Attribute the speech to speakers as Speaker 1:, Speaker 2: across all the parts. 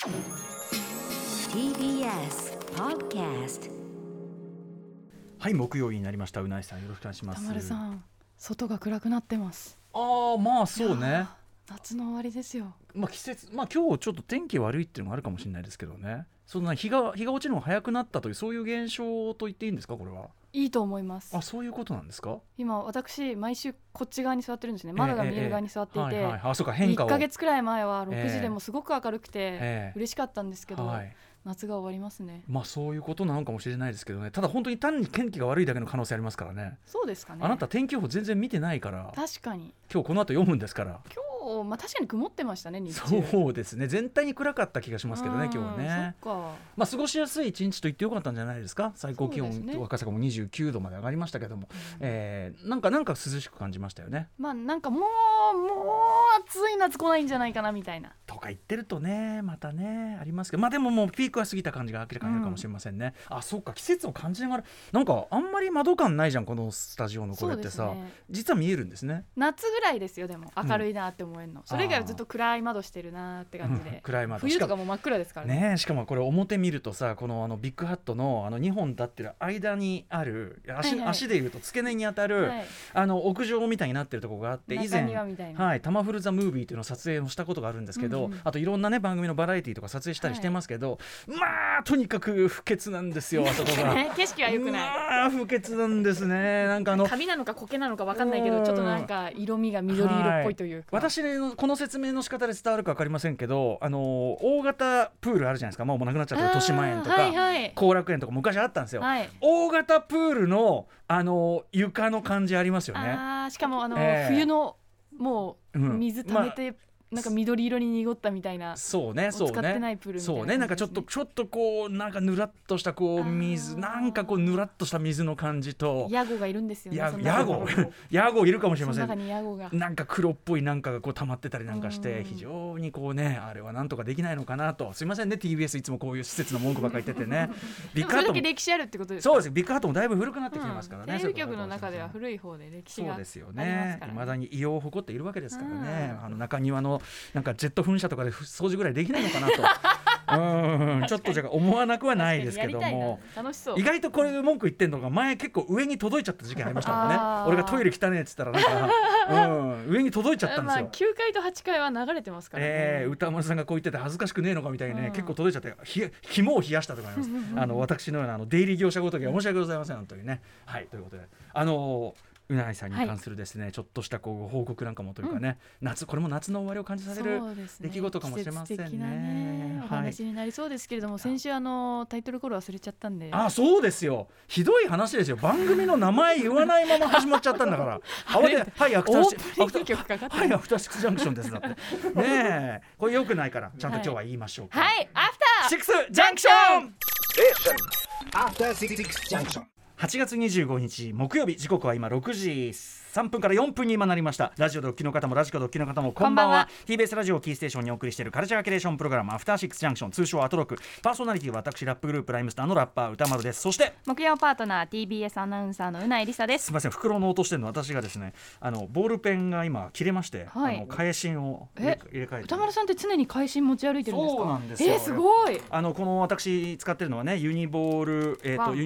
Speaker 1: TBS Podcast。
Speaker 2: はい、木曜日になりました。うないさん、よろしくお願いします。
Speaker 3: 田丸さん、外が暗くなってます。
Speaker 2: まあそうね。
Speaker 3: 夏の終わりですよ。
Speaker 2: 季節、今日ちょっと天気悪いっていうのがあるかもしれないですけどね。そんな日が落ちるのが早くなったという、そういう現象と言っていいんですか、これは。
Speaker 3: いいと思います。
Speaker 2: そういうことなんですか。
Speaker 3: 今私毎週こっち側に座ってるんですね。窓が見える側に座っていて、
Speaker 2: そうか、変化を
Speaker 3: 1ヶ月くらい前は6時でもすごく明るくて嬉しかったんですけど、夏が終わりますね。
Speaker 2: そういうことなのかもしれないですけどね。ただ本当に単に天気が悪いだけの可能性ありますからね。
Speaker 3: そうですかね。
Speaker 2: あなた天気予報全然見てないから。
Speaker 3: 確かに。
Speaker 2: 今日この後読むんですから。
Speaker 3: 確かに曇ってましたね、日中。
Speaker 2: そうですね、全体に暗かった気がしますけどね、今日はね。
Speaker 3: そっか。
Speaker 2: 過ごしやすい一日と言ってよかったんじゃないですか。最高気温、赤坂も29度まで上がりましたけども、なんか涼しく感じましたよね。
Speaker 3: なんかもう暑い夏来ないんじゃないかなみたいな
Speaker 2: とか言ってるとね、またねありますけど、でももうピークは過ぎた感じが明らかにあるかもしれませんね。そうか、季節を感じながら、なんかあんまり窓感ないじゃん、このスタジオのこれってさ、実は見えるんですね。
Speaker 3: 夏ぐらいですよ。でも明るいなって思えるの、それ以外はずっと暗い窓してるなって感じで、
Speaker 2: 暗い窓、
Speaker 3: 冬とかも真っ暗ですからね。
Speaker 2: しかもこれ表見るとさ、このビッグハットの2本立ってる間にある足でいうと付け根に当たる、屋上みたいになってるところがあって、以前タマフルザムービーというのを撮影をしたことがあるんですけど、あといろんなね番組のバラエティーとか撮影したりしてますけど、とにかく不潔なんですよ、あそこが
Speaker 3: 景色は良くない。
Speaker 2: 不潔なんですね。なんか
Speaker 3: 紙なのか苔なのか分かんないけど、ちょっとなんか色味が緑色っぽいというか、
Speaker 2: 私のこの説明の仕方で伝わるか分かりませんけど、大型プールあるじゃないですか。もうなくなっちゃった豊島園とか後楽園とか昔あったんですよ。大型プールの床の感じありますよね。
Speaker 3: しかも冬のもう水溜めて、なんか緑色に濁ったみたいな、
Speaker 2: そうね、
Speaker 3: 使ってないプールみたいな、
Speaker 2: そうね、なんかちょっとこうなんかぬらっとしたこう水、なんかこうぬらっとした水の感じと、
Speaker 3: ヤゴがいるんですよね。
Speaker 2: ヤゴいるかもしれません。
Speaker 3: その中にヤゴが
Speaker 2: なんか黒っぽいなんかがこう溜まってたりなんかして、非常にこうね、あれはなんとかできないのかなと。すいませんね、 TBS いつもこういう施設の文句ばっかり言っててね。
Speaker 3: ビッグハットも歴史あるってことですか。
Speaker 2: そうです。ビッグハットもだいぶ古くなってきてますからね。
Speaker 3: テレビ局の中では古い方で歴史がありますからね。
Speaker 2: 未だに異様を誇っているわけですからね。中庭のなんかジェット噴射とかで掃除ぐらいできないのかなとちょっとじゃ思わなくはないですけども、
Speaker 3: 楽しそう。
Speaker 2: 意外とこれで文句言ってんのが、前結構上に届いちゃった時期ありましたもんね。俺がトイレ汚ねえって言ったらなんか、上に届いちゃったんですよ。
Speaker 3: 9階と8階は流れてますからね。
Speaker 2: 歌丸さんがこう言ってて恥ずかしくねえのかみたいにね、結構届いちゃって肝を冷やしたとかあります私のような出入り業者ごときは申し訳ございませんというね。はい、ということでうないさんに関するですね、ちょっとしたこう報告なんかもというかね、これも夏の終わりを感じさせる出来事かもしれませんね。季節的なね
Speaker 3: お話になりそうですけれども、先週タイトルコール忘れちゃったんで。
Speaker 2: そうですよ、ひどい話ですよ。番組の名前言わないまま始まっちゃったんだから慌てはいアフターシックスジャンクションですだってねえ、これ良くないからちゃんと今日は言いましょう。
Speaker 3: はい、アフター
Speaker 2: シックスジャンクション。
Speaker 4: アフターシックスジャンクション。
Speaker 2: 8月25日木曜日、時刻は今6時3分から4分に今なりました。ラジオドッキの方もラジコドッキの方もこんばんは。 TBS ラジオキーステーションにお送りしているカルチャーキュレーションプログラムアフターシックスジャンクション、通称アトロク。パーソナリティは私ラップグループライムスターのラッパー歌丸です。そして
Speaker 3: 木曜パートナー TBS アナウンサーのうないりさです。
Speaker 2: すみません、袋の落としてるの私がですね、ボールペンが今切れまして、返信を入れ替えて。
Speaker 3: 歌丸さんって常に返信持ち歩いてるんですか。
Speaker 2: そうなんですよ。
Speaker 3: すごい。
Speaker 2: この私使ってるのはね、ユニボール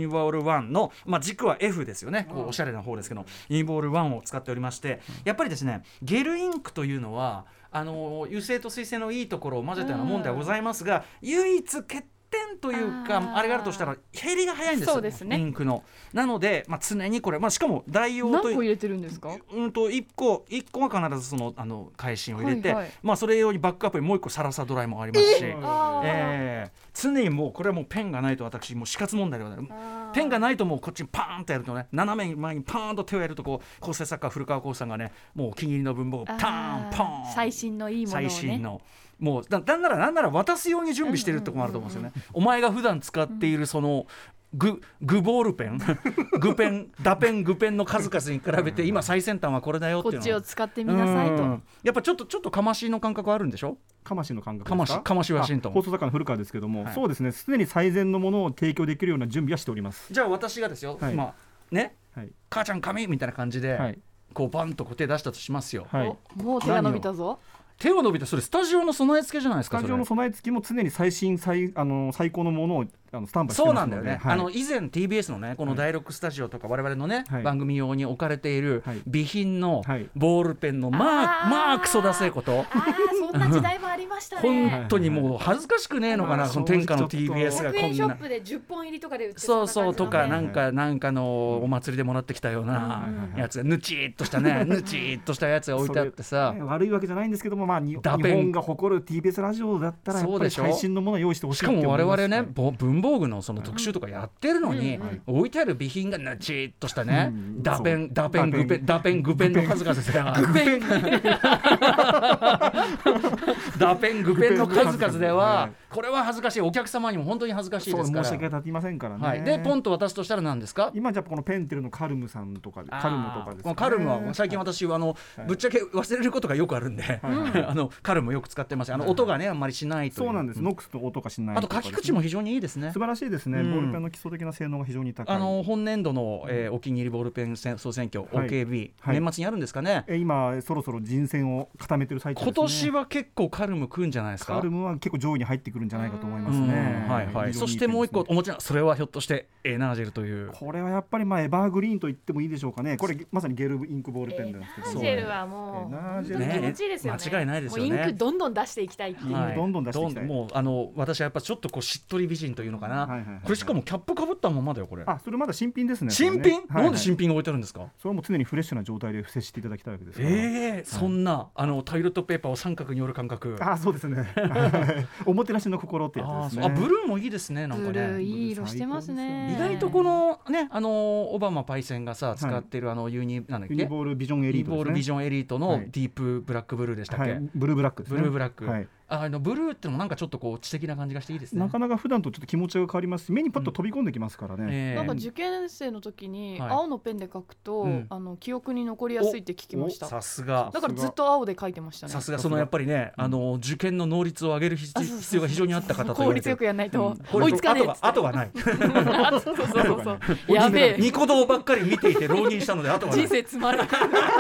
Speaker 2: 1の、軸は F ですよね。こうおしゃれな方ですけど、ユニボール1を使っておりまして、やっぱりですね、ゲルインクというのは油性と水性のいいところを混ぜたようなもんではございますが、唯一欠点というかあれがあるとしたら減りが早いんですよ。
Speaker 3: そうですね、
Speaker 2: インクの。なので、常にこれ、しかも代用と
Speaker 3: 何個入れてるんですか。
Speaker 2: 1個は必ずその返信を入れて、それ用にバックアップにもう1個サラサドライもありますし、常にもうこれはもうペンがないと私もう死活問題でございます。ペンがないともうこっちにパーンとやるとね、斜め前にパーンと手をやるとこう構成作家古川光さんがね、もうお気に入りの文房具をパーンポーン、
Speaker 3: 最新のいいものをね、
Speaker 2: 最新のもうなんなら渡すように準備してるってところもあると思うんですよね。お前が普段使っているそのグボールペングペンの数々に比べて今最先端はこれだよっていうの
Speaker 3: こっちを使ってみなさいと。
Speaker 2: やっぱちょっとかましの感覚あるんでしょ。
Speaker 5: かましの感覚ですか。
Speaker 2: かましワシントン
Speaker 5: 放送作家の古川ですけども、そうですね、常に最善のものを提供できるような準備はしております。
Speaker 2: じゃあ私がですよ、今ね、母ちゃん紙みたいな感じで、こうバンと手出したとしますよ。
Speaker 3: もう手が伸びたぞ。
Speaker 2: 手を伸びてそれスタジオの備え付けじゃないですか。
Speaker 5: スタジオの備え付けも常に最高のものをスタンバイしてますので。
Speaker 2: そうなんだよね、はい、以前 TBS のねこの第6スタジオとか我々のね、はい、番組用に置かれている備品のボールペンのまあクソダセえこと、
Speaker 3: そんな時代もありました
Speaker 2: ね本当にもう恥ずかしくねえのかな、その天下の TBS がこんな100
Speaker 3: 円ショップで10本入りとかで売って
Speaker 2: そうとかなんかのお祭りでもらってきたようなやつがぬちーっとしたねぬちーっとしたやつが置いてあってさ、
Speaker 5: 悪いわけじゃないんですけども、まあ、日本が誇る TBS ラジオだったらやっぱり最新のものを用意してほしいって思います。
Speaker 2: しかも我々ね文房具のその特集とかやってるのに、置いてある備品がぬちーっとしたね、ダペングペンの数々ではダペングペンの数々ではこれは恥ずかしい、お客様にも本当に恥ずかしいですから、
Speaker 5: 申し訳立ちませんからね、
Speaker 2: はい、でポンと渡すとしたら何ですか。
Speaker 5: 今じゃこのペンテルのカルムさんとかカルムとかですね。
Speaker 2: カルムは最近私はぶっちゃけ忘れることがよくあるんで、カルムよく使ってます。音がねあんまりしないという。
Speaker 5: そうなんです、ノックスの音がしないとか、
Speaker 2: あと書き口も非常にいいですね。
Speaker 5: 素晴らしいですね、ボールペンの基礎的な性能が非常に高い。
Speaker 2: 本年度の、お気に入りボールペン総選挙、OKB、年末にあるんですかね。
Speaker 5: 今そろそろ人選を固めてる最中ですね。
Speaker 2: 今年は結構カルムくんじゃないですか。
Speaker 5: カルムは結構上位に入ってくるんじゃないかと思いますね。
Speaker 2: はいはい、そしてもう一個お持ちな、それはひょっとしてエナージェルという。
Speaker 5: これはやっぱりエバーグリーンと言ってもいいでしょうかね。これまさにゲルインクボールペンなんですけど、
Speaker 3: エナージェルはもう本当に気持ちいいですよね。
Speaker 2: 間違いないですよね。
Speaker 3: もうインクどんどん出していきたいっていう、
Speaker 5: どんどん出していきたい。
Speaker 2: もう私はやっぱちょっとこうしっとり美人というのかな、これしかもキャップかぶったままだよこれ。
Speaker 5: それまだ新品ですね。
Speaker 2: 新品、なんで新品が置いてあるんですか。
Speaker 5: それはもう常にフレッシュな状態で接していただきたいわけですから。
Speaker 2: そんなタイルトペーパーを三角に折る感覚。
Speaker 5: そうですねおもてなしの心ってやつですね。
Speaker 2: ブルーもいいですね。なんかね
Speaker 3: ブルーいい色してますね。
Speaker 2: 意外とこのねオバマパイセンがさ使ってるユニボ
Speaker 5: ールビジョンエリートですね。
Speaker 2: ユニボールビジョンエリートのディープブラックブルーでしたっけ。
Speaker 5: ブルーブラックですね。
Speaker 2: ブルーブラック、ブルーってのもなんかちょっとこう知的な感じがしていいですね。
Speaker 5: なかなか普段とちょっと気持ちが変わりますし、目にパッと飛び込んできますからね。
Speaker 3: なんか受験生の時に青のペンで書くと、記憶に残りやすいって聞きました。
Speaker 2: さすが。
Speaker 3: だからずっと青で書いてましたね。
Speaker 2: さすが。そのやっぱりね受験の能率を上げる必要が非常にあった方と
Speaker 3: 効率よくやらないと追いつかねえ。
Speaker 2: 後がない。
Speaker 3: そうやべえ。
Speaker 2: ニコ動ばっかり見ていて浪人したので後がない。
Speaker 3: 人生つまる。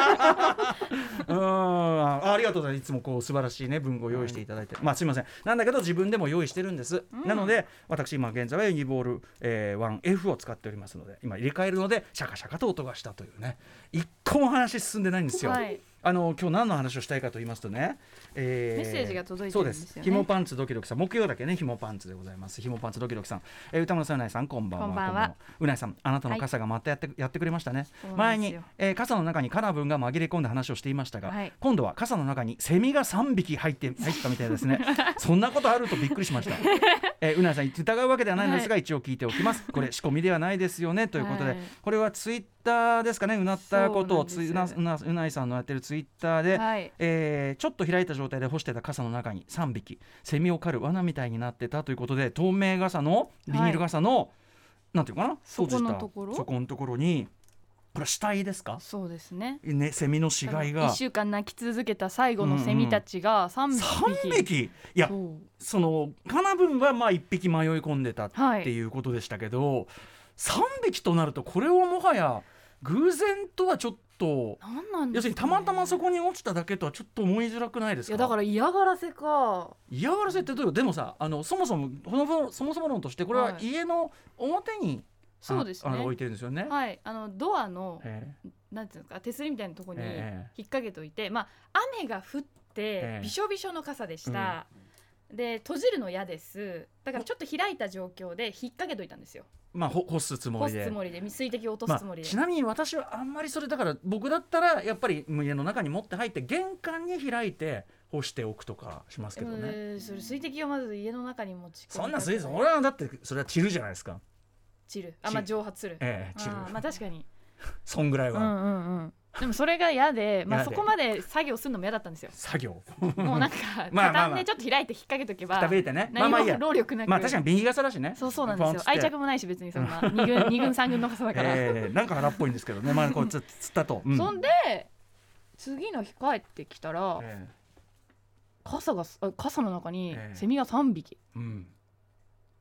Speaker 2: ありがとうございます。いつもこう素晴らしいね文具を用意していただいて、すいませんなんだけど自分でも用意してるんです、なので私今現在はユニボール、1F を使っておりますので、今入れ替えるのでシャカシャカと音がしたというね。一個も話進んでないんですよ。今日何の話をしたいかと言いますとね、
Speaker 3: メッセージが届いてるんですよね。
Speaker 2: そうです。ひもパンツドキドキさん、木曜だけねひもパンツでございます。ひもパンツドキドキさん、歌村さん、うないさん、こんばんは。うないさん、あなたの傘がまたやってくれましたね。前に、傘の中にカナブンが紛れ込んで話をしていましたが、今度は傘の中にセミが3匹入ったみたいですねそんなことあるとびっくりしましたうないさん疑うわけではないんですが、一応聞いておきます。これ仕込みではないですよねということで、これはツイッターですかね。うなったことをうないさんのやってるツイッターで、ちょっと開いた状態で干してた傘の中に3匹セミを狩る罠みたいになってたということで、透明傘のビニール傘の、なんていうかな、
Speaker 3: そこの
Speaker 2: ところにこれは死体ですか。
Speaker 3: そうですね。
Speaker 2: セミの死骸が
Speaker 3: 1週間鳴き続けた最後のセミたちが3匹、
Speaker 2: いやそのカナブンは1匹迷い込んでたっていうことでしたけど、3匹となるとこれをもはや偶然とはちょっと要するにたまたまそこに落ちただけとはちょっと思いづらくないですか。
Speaker 3: いやだから嫌がらせか。
Speaker 2: 嫌がらせってどういう。でもさそもそも論としてこれは家の表に、
Speaker 3: そうですね、
Speaker 2: 置いてるんですよね。
Speaker 3: ドアのなんていうか手すりみたいなところに引っ掛けといて、雨が降ってびしょびしょの傘でした、で閉じるの嫌です。だからちょっと開いた状況で引っ掛けといたんですよ。
Speaker 2: 干すつもり
Speaker 3: で水滴を落とすつもりで、
Speaker 2: ちなみに私はあんまりそれだから、僕だったらやっぱり家の中に持って入って玄関に開いて干しておくとかしますけどね。
Speaker 3: それ水滴をまず家の中に持ち込んで、
Speaker 2: そんな水俺はだってそれは散るじゃないですか。
Speaker 3: 蒸発する。
Speaker 2: 散る。
Speaker 3: 確かに
Speaker 2: そんぐらいは。
Speaker 3: でもそれが嫌で、そこまで作業するのも嫌だったんですよ。
Speaker 2: 作業
Speaker 3: もうなんか畳んでちょっと開いて引っ掛けとけば、何も労力なく、
Speaker 2: 確かにビニ傘だしね。
Speaker 3: そうなんですよ。愛着もないし別にそんな2軍3軍の傘だから
Speaker 2: なんか荒っぽいんですけどね。こうつったと、
Speaker 3: そんで次の日帰ってきたら、傘の中にセミが3匹、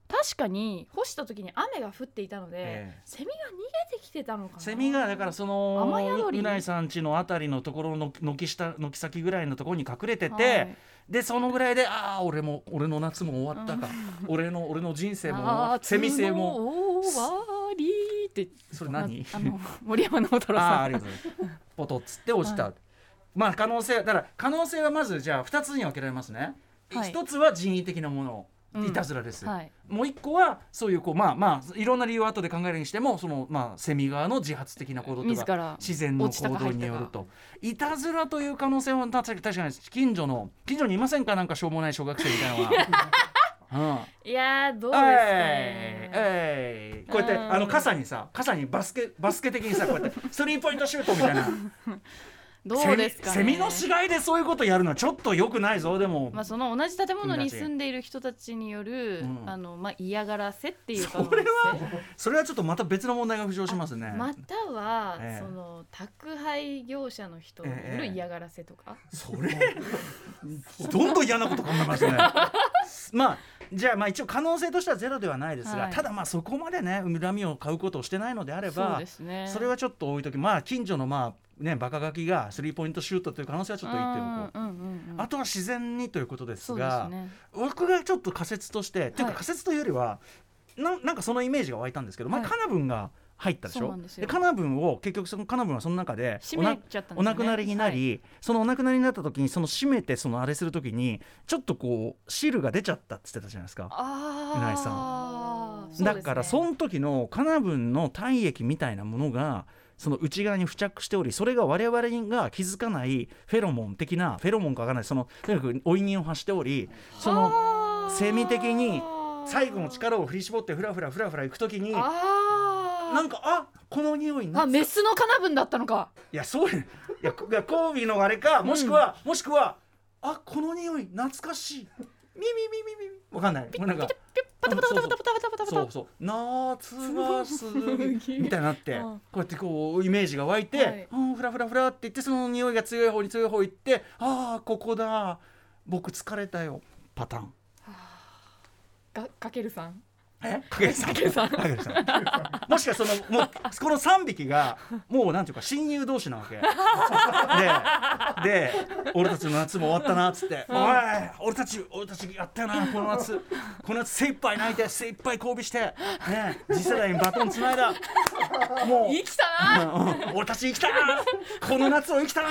Speaker 3: 確かに干した時に雨が降っていたので、セミが逃げてきてたのかな。
Speaker 2: セミがだからそのうないさん家のあたりのところの軒先ぐらいのところに隠れてて、でそのぐらいで俺の夏も終わったか、俺の人生もセミ生も
Speaker 3: 終わりって。
Speaker 2: それ何？
Speaker 3: 森山直太朗さん。
Speaker 2: ありがとうございます。ポトッつって落ちた。まあ可能性はまずじゃあ2つに分けられますね。1つは人為的なもの、いたずらです。もう1個はそういういろんな理由を後で考えるにしてもセミ側の自発的な行動とか自然の行動によると、いたずらという可能性は確かに近所にいませんか、なんかしょうもない小学生みたいなのが。
Speaker 3: いやどうですかね。
Speaker 2: こうやって傘にバスケ的にさ、こうやってスリーポイントシュートみたいな。
Speaker 3: どうですかね。
Speaker 2: セミの死骸でそういうことやるのはちょっと良くないぞ。でも、
Speaker 3: その同じ建物に住んでいる人たちによる、嫌がらせっていう可能性、
Speaker 2: それはちょっとまた別の問題が浮上しますね。
Speaker 3: または、その宅配業者の人による嫌がらせとか、
Speaker 2: それどんどん嫌なこと考えますね。じゃあ一応可能性としてはゼロではないですが、ただそこまでね恨みを買うことをしてないのであれば、それはちょっと置いとき、近所のバカガキがスリーポイントシュートという可能性はちょっと言っておこう。あとは自然にということですが、僕がちょっと仮説としてというか仮説というよりはなんかそのイメージが湧いたんですけど、カナブンが入ったでしょ。でカナブンを結局カナブンはその中でお亡くなりになり、そのお亡くなりになった時に閉めてあれする時にちょっと汁が出ちゃったって言ってたじゃないですか、うないさん。だからその時のカナブンの体液みたいなものがその内側に付着しており、それが我々が気づかないフェロモン的な、フェロモンかわからない、とにかく追い人を発しており、そのセミ的に最後の力を振り絞ってフラフラ行く時になんかこの匂い
Speaker 3: メスのカナブンだったのか。
Speaker 2: いや交尾のあれか、もしくはこの匂い懐かしい、わかんない、なんかパタパタパタパタパタパタパタ、そう夏が過ぎみたいになって、こうやってイメージが湧いて、フラフラって言って、その匂いが強い方に行って、ここだ、僕疲れたよパターン。
Speaker 3: かけるさん
Speaker 2: かけるさんもしかしたらこの3匹がもうなんていうか親友同士なわけで俺たちの夏も終わったなっつって、おい俺たちやったよな、この夏精一杯泣いて精一杯交尾してね、次世代にバトンつないだ、もう
Speaker 3: 生きたな
Speaker 2: 俺たち生きたな、この夏を生きたな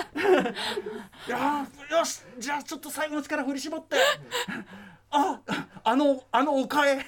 Speaker 2: よし、じゃあちょっと最後の力振り絞ってあの丘へ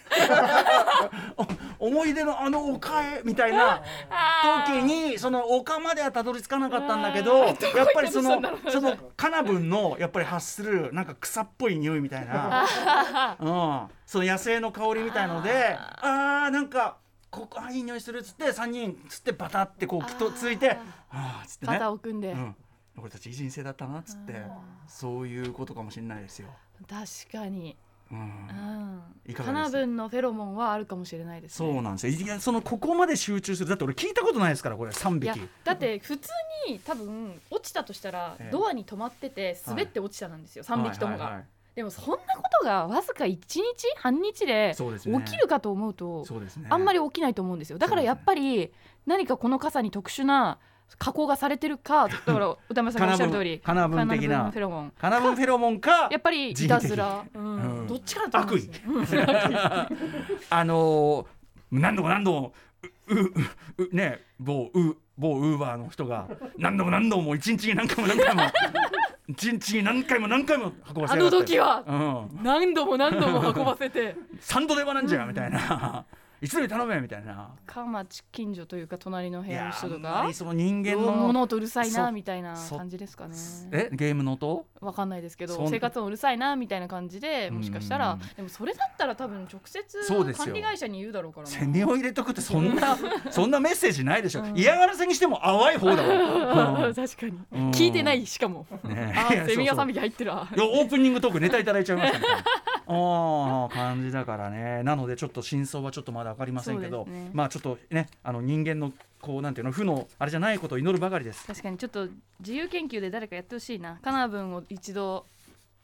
Speaker 2: 思い出の丘へみたいな時に、その丘まではたどり着かなかったんだけど、やっぱりそのカナブンのやっぱり発するなんか草っぽい匂いみたいなその野生の香りみたいので、なんかここいい匂いするっつって3人つってバタってついてつってね、
Speaker 3: 肩を組んで、
Speaker 2: 俺たちいい人生だったなっつって、そういうことかもしれないですよ。
Speaker 3: 確かに
Speaker 2: カ
Speaker 3: ナブンのフェロモンはあるかもしれないですね。
Speaker 2: そうなんですよ。ここまで集中する、だって俺聞いたことないですから、これ3匹。
Speaker 3: だって普通に多分落ちたとしたらドアに止まってて滑って落ちたなんですよ、3匹ともが。でもそんなことがわずか1日半日で起きるかと思うと、あんまり起きないと思うんですよ。だからやっぱり何かこの傘に特殊な加工がされてるか、だから歌丸さんがおっしゃる通り
Speaker 2: カナブン的な
Speaker 3: フェロモン、
Speaker 2: カナブンフェロモンか、
Speaker 3: やっぱりいたずら、どっちかだと思うんですよ。
Speaker 2: 何度もね、某ウーバーの人が何度も一日に何回も一日に何回も運ばせやがって、
Speaker 3: あの時は何度も運ばせて
Speaker 2: 3度手間なんじゃみたいな、いつで頼めみたいな。
Speaker 3: 近所というか隣の部屋の人とか、
Speaker 2: その人間の
Speaker 3: 物音うるさいなみたいな感じですかね。
Speaker 2: ゲームの音
Speaker 3: わかんないですけど、生活音うるさいなみたいな感じで、もしかしたらでもそれだったら多分直接管理会社に言うだろうからな。
Speaker 2: セミを入れとくってそんなメッセージないでしょ。嫌がらせにしても淡い方だわ。
Speaker 3: 確かに聞いてない、しかもセミが3匹入ってるわ。
Speaker 2: オープニングトークネタいただいちゃいましたね。感じだからね。なのでちょっと真相はちょっとまだ分かりませんけど、ちょっとね、人間のなんていうの、負のあれじゃないことを祈るばかりです。
Speaker 3: 確かにちょっと自由研究で誰かやってほしいな。カナブンを一度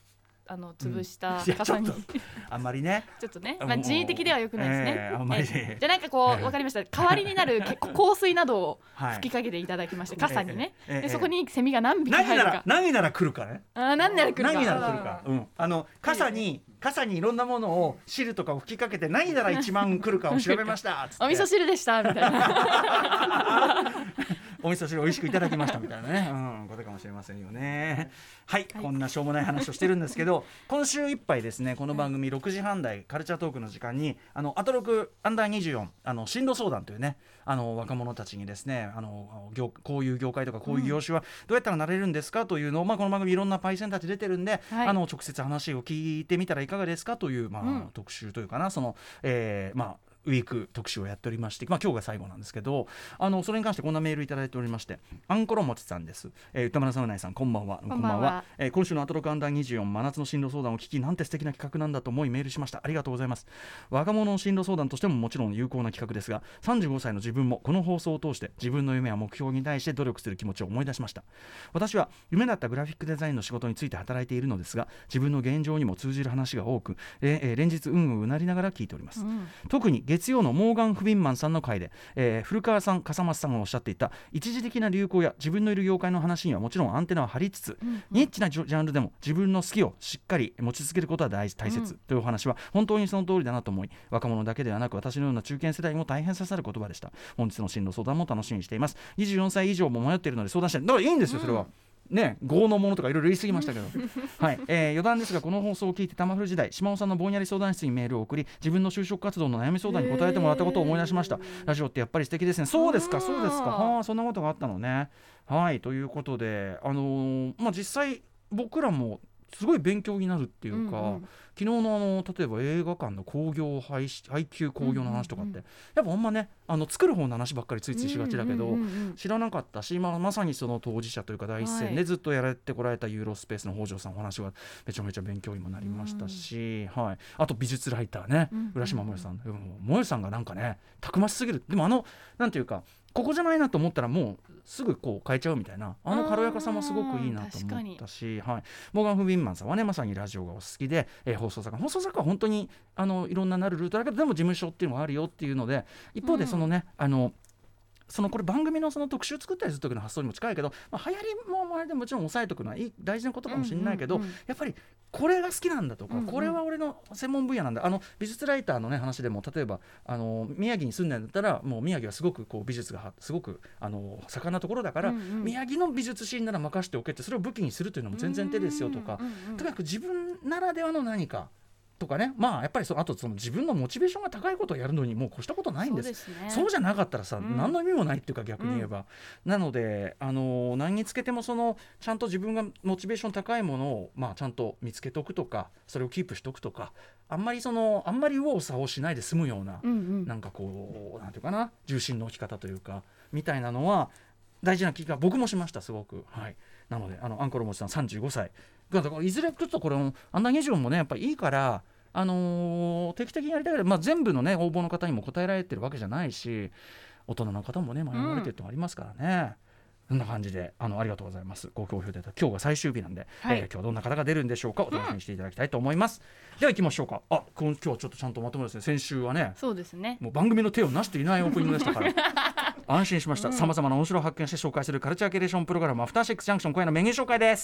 Speaker 3: 潰した傘に
Speaker 2: あんまりね
Speaker 3: ちょっとね、人為的では良くないですね、
Speaker 2: あんまり
Speaker 3: じゃあなんかこう、わかりました、代わりになる香水などを吹きかけていただきまして、傘にね、でそこにセミが何匹入るか、
Speaker 2: 何なら来るかね、
Speaker 3: 何なら来る
Speaker 2: か、傘にいろんなものを汁とかを吹きかけて何なら一番来るかを調べました
Speaker 3: お味噌汁でしたみたいな
Speaker 2: お味噌汁美味しくいただきましたみたいなね、ことかもしれませんよね。はい、こんなしょうもない話をしてるんですけど、今週いっぱいですね、この番組6時半台カルチャートークの時間にアトロクアンダー24進路相談というね、若者たちにですね、こういう業界とかこういう業種はどうやったらなれるんですかというのを、この番組いろんなパイセンたち出てるんで、直接話を聞いてみたらいかがですかという、特集というかな、ウィーク特集をやっておりまして、今日が最後なんですけど、それに関してこんなメールいただいておりまして、アンコロモチさんです。歌丸さん、うないさん、こんばんは。こんばんは。今週のアトロクアンダー24真夏の進路相談を聞き、なんて素敵な企画なんだと思いメールしました。ありがとうございます。若者の進路相談としてももちろん有効な企画ですが、35歳の自分もこの放送を通して自分の夢や目標に対して努力する気持ちを思い出しました。私は夢だったグラフィックデザインの仕事について働いているのですが、自分の現状にも通じる話が多く、連日うなりながら聞いております。特に月曜のモーガン・フビンマンさんの回で、古川さん、笠松さんがおっしゃっていた一時的な流行や自分のいる業界の話にはもちろんアンテナを張りつつ、ニッチなジャンルでも自分の好きをしっかり持ち続けることは大切というお話は本当にその通りだなと思い、若者だけではなく私のような中堅世代にも大変刺さる言葉でした。本日の進路相談も楽しみにしています。24歳以上も迷っているので相談してだからいいんですよ、それは。ね、業のものとかいろいろ言い過ぎましたけど、はい、余談ですが、この放送を聞いて玉古時代島尾さんのぼんやり相談室にメールを送り、自分の就職活動の悩み相談に答えてもらったことを思い出しました。ラジオってやっぱり素敵ですね。そうですかはあ、そんなことがあったのね。はい、ということで実際僕らもすごい勉強になるっていうか、昨日の例えば映画館の興行配給興行の話とかって、やっぱあんまね作る方の話ばっかりついついしがちだけど、知らなかったし、まさにその当事者というか第一線でずっとやられてこられたユーロスペースの北条さんお話はめちゃめちゃ勉強にもなりましたし、あと美術ライターね、浦島もよさん、もよさんがなんかねたくましすぎる。でもなんていうかここじゃないなと思ったらもうすぐこう変えちゃうみたいな軽やかさもすごくいいなと思ったし、モーガン・フビンマンさんはねまさにラジオがお好きで、放送作家は本当にいろんななるルートだけど、でも事務所っていうのがあるよっていうので、一方でそのね、これ番組のその特集作ったりする時の発想にも近いけど、流行りもあれでもちろん抑えとくのは大事なことかもしれないけど、やっぱりこれが好きなんだとか、これは俺の専門分野なんだ。美術ライターのね話でも、例えば宮城に住んでるんだったらもう宮城はすごくこう美術がすごく盛んなところだから、宮城の美術シーンなら任せておけって、それを武器にするというのも全然手ですよとか、とにかく自分ならではの何かとかね、やっぱりあと自分のモチベーションが高いことをやるのにもう越したことないんです。そうじゃなかったらさ、何の意味もないっていうか、逆に言えば、なので何につけてもちゃんと自分がモチベーション高いものをちゃんと見つけておくとか、それをキープしておくとか、あんまり右往左往しないで済むような、なんかこうなんていうかな、重心の置き方というかみたいなのは大事な気が僕もしました、すごく。なのでアンコロモチさん35歳だからいずれちょっとこれアンダー24もねやっぱりいいから定期的にやりたいけど、全部のね応募の方にも答えられてるわけじゃないし、大人の方もね迷われてるってのありますからね。そんな感じでありがとうございます。ご好評いただいた今日が最終日なんで、今日はどんな方が出るんでしょうか、お楽しみにしていただきたいと思います。では行きましょうか。今日はちょっとちゃんとまとめですね。先週はね、
Speaker 3: そうですね、
Speaker 2: もう番組の手をなしていないオープニングでしたから安心しました。さまざまな面白を発見して紹介するカルチャーキュレーションプログラム、アフターシックスジャンクション、今夜のメニュー紹介です。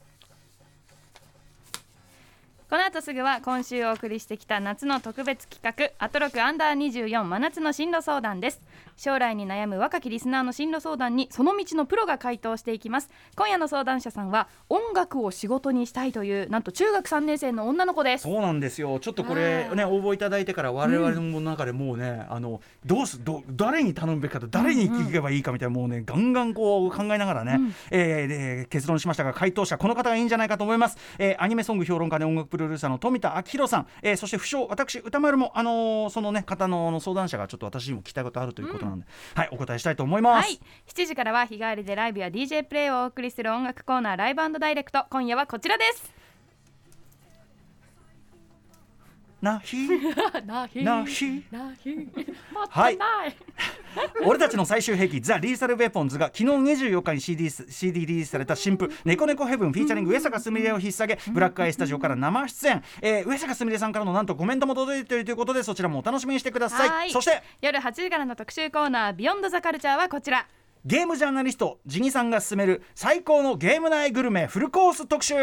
Speaker 3: この後すぐは今週お送りしてきた夏の特別企画、アトロクアンダー24真夏の進路相談です。将来に悩む若きリスナーの進路相談にその道のプロが回答していきます。今夜の相談者さんは音楽を仕事にしたいというなんと中学3年生の女の子です。
Speaker 2: そうなんですよ。ちょっとこれね応募いただいてから我々の中でもうね、誰に頼むべきかと誰に聞けばいいかみたいな、もうねガンガンこう考えながらね、結論しましたが、回答者この方がいいんじゃないかと思います。アニメソング評論家で音楽プロデューサーの富田明宏さん、そして不詳私歌丸もそのね方の相談者がちょっと私にも聞きたいことあるということなので、お答えしたいと思います。
Speaker 3: 7時からは日替わりでライブや DJ プレイをお送りする音楽コーナー、ライブ&ダイレクト。今夜はこちらです。
Speaker 2: なひ
Speaker 3: なひなひもっとない
Speaker 2: 俺たちの最終兵器ザ・リーサル・ウェポンズが昨日24日に CD リリースされた新譜ネコネコヘブンフィーチャリング上坂すみれを引っ提げブラックアイスタジオから生出演、上坂すみれさんからのなんとコメントも届いているということでそちらもお楽しみにしてください。そして
Speaker 3: 夜8時からの特集コーナービヨンドザカルチャーはこちら、
Speaker 2: ゲームジャーナリストジニさんが勧める最高のゲーム内グルメフルコース特集。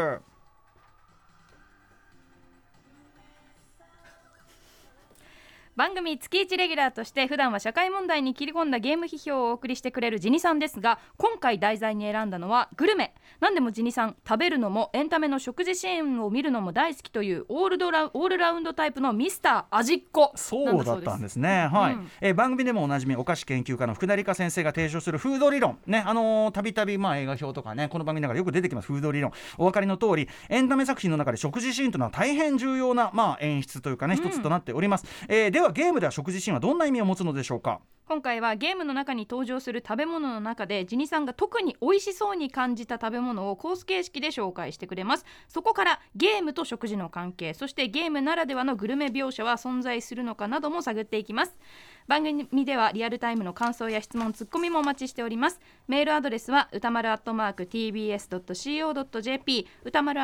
Speaker 3: 番組月1レギュラーとして普段は社会問題に切り込んだゲーム批評をお送りしてくれるジニさんですが、今回題材に選んだのはグルメ。何でもジニさん、食べるのもエンタメの食事シーンを見るのも大好きというオールラウンドタイプのミスター味っ子。
Speaker 2: そうだったんですね。はい、番組でもおなじみお菓子研究家の福田理香先生が提唱するフード理論ね、たびたび映画表とかねこの番組の中でよく出てきますフード理論。お分かりの通りエンタメ作品の中で食事シーンというのは大変重要な、演出というかね一つとなっております。ではゲームでは食事シーンはどんな意味を持つのでしょうか。
Speaker 3: 今回はゲームの中に登場する食べ物の中でジニさんが特に美味しそうに感じた食べ物をコース形式で紹介してくれます。そこからゲームと食事の関係、そしてゲームならではのグルメ描写は存在するのかなども探っていきます。番組ではリアルタイムの感想や質問ツッコミもお待ちしております。メールアドレスは歌丸@tbs.co.jp 歌丸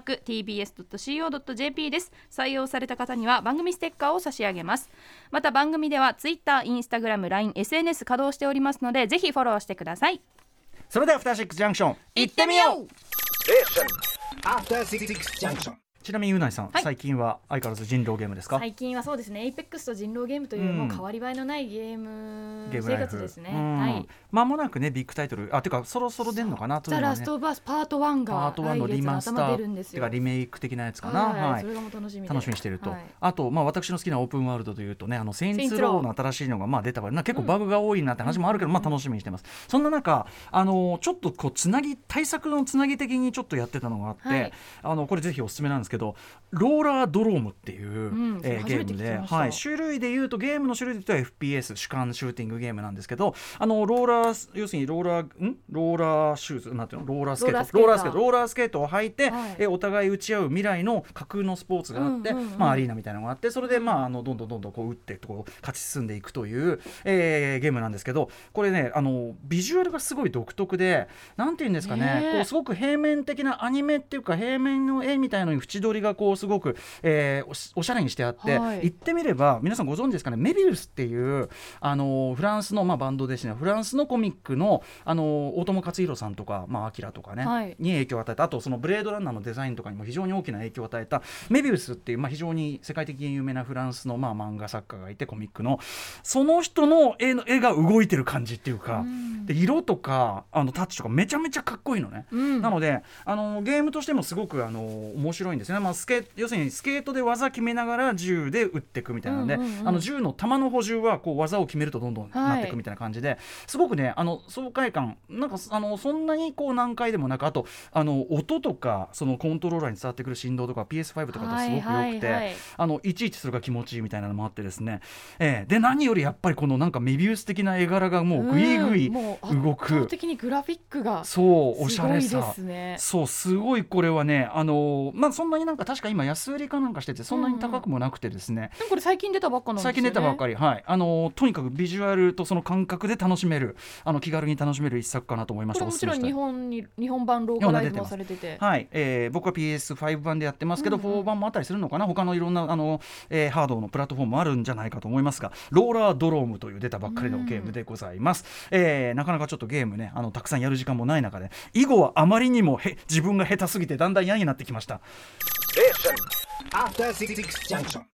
Speaker 3: @tbs.co.jp です。採用された方には番組ステッカーを差し上げます。また番組では Twitter、Instagram、LINE、SNS 稼働しておりますのでぜひフォローしてください。
Speaker 2: それではアフターシックスジャンクション行ってみよう。
Speaker 4: アフターシックスジャンクション。
Speaker 2: ちなみにうないさん、最近は相変わらず人狼ゲームですか。
Speaker 3: 最近はそうですね、エイペックスと人狼ゲームというもう変わり映えのないゲーム生活ですね。
Speaker 2: 間もなくねビッグタイトルてかそろそろ出るのかなというのはね、
Speaker 3: ザ・ラスト・オブ・アスパート1が来
Speaker 2: のリマスタ
Speaker 3: 月の頭出るんですよ。
Speaker 2: ーてかリメイク的なやつかな。
Speaker 3: それがもう楽しみで
Speaker 2: 楽しみにしていると、あと私の好きなオープンワールドというとねセインツローの新しいのが出たから結構バグが多いなって話もあるけど、楽しみにしてます。そんな中ちょっとこう対策のつなぎ的にちょっとやってたのがあって、これぜひおすすめなんですけどローラードロームっていう、ゲームで、種類でいうとゲームの種類で言うと FPS 主観シューティングゲームなんですけどローラー要するにローラーシューズなんていうのローラースケートを履いて、お互い打ち合う未来の架空のスポーツがあって、アリーナみたいなのがあってそれでどんどんこう打ってこう勝ち進んでいくという、ゲームなんですけどこれねビジュアルがすごい独特でなんていうんですかね、こうすごく平面的なアニメっていうか平面の絵みたいなのに縁取りがこうすごくおしゃれにしてあって、言ってみれば皆さんご存知ですかね、メビウスっていうフランスのバンドですね。フランスのコミックの大友克洋さんとかアキラとかね、に影響を与えた、あとそのブレードランナーのデザインとかにも非常に大きな影響を与えたメビウスっていう、非常に世界的に有名なフランスの漫画作家がいてコミックのその人の絵が動いてる感じっていうか、で色とかタッチとかめちゃめちゃかっこいいのね、なのでゲームとしてもすごく面白いんですね。要するにスケートで技決めながら銃で撃っていくみたいなので、銃の弾の補充はこう技を決めるとどんどんなっていくみたいな感じで、すごくね爽快感なんかそんなにこう難解でもなく、あと音とかそのコントローラーに伝わってくる振動とか PS5 とかとすごく良くて、いちいちそれが気持ちいいみたいなのもあってですね、で何よりやっぱりこのなんかメビウス的な絵柄がもうグイグイ動く、
Speaker 3: 圧倒的にグラフィックが
Speaker 2: そうおしゃれさ、
Speaker 3: そう
Speaker 2: すごいこれはねそんなになんか確か今安売りかなんかしててそんなに高くもなくてですね、
Speaker 3: でもこれ最近出たばっかなんですよね。
Speaker 2: 最近出たばっかり、とにかくビジュアルとその感覚で楽しめる気軽に楽しめる一作かなと思いました。
Speaker 3: これもちろん日本版ローカライズもされてて、
Speaker 2: 僕は PS5 版でやってますけど、4版もあったりするのかな、他のいろんなハードのプラットフォームもあるんじゃないかと思いますが、ローラードロームという出たばっかりのゲームでございます。なかなかちょっとゲームねたくさんやる時間もない中で囲碁はあまりにも自分が下手すぎてだんだん嫌になってきました。
Speaker 4: After 66 junction.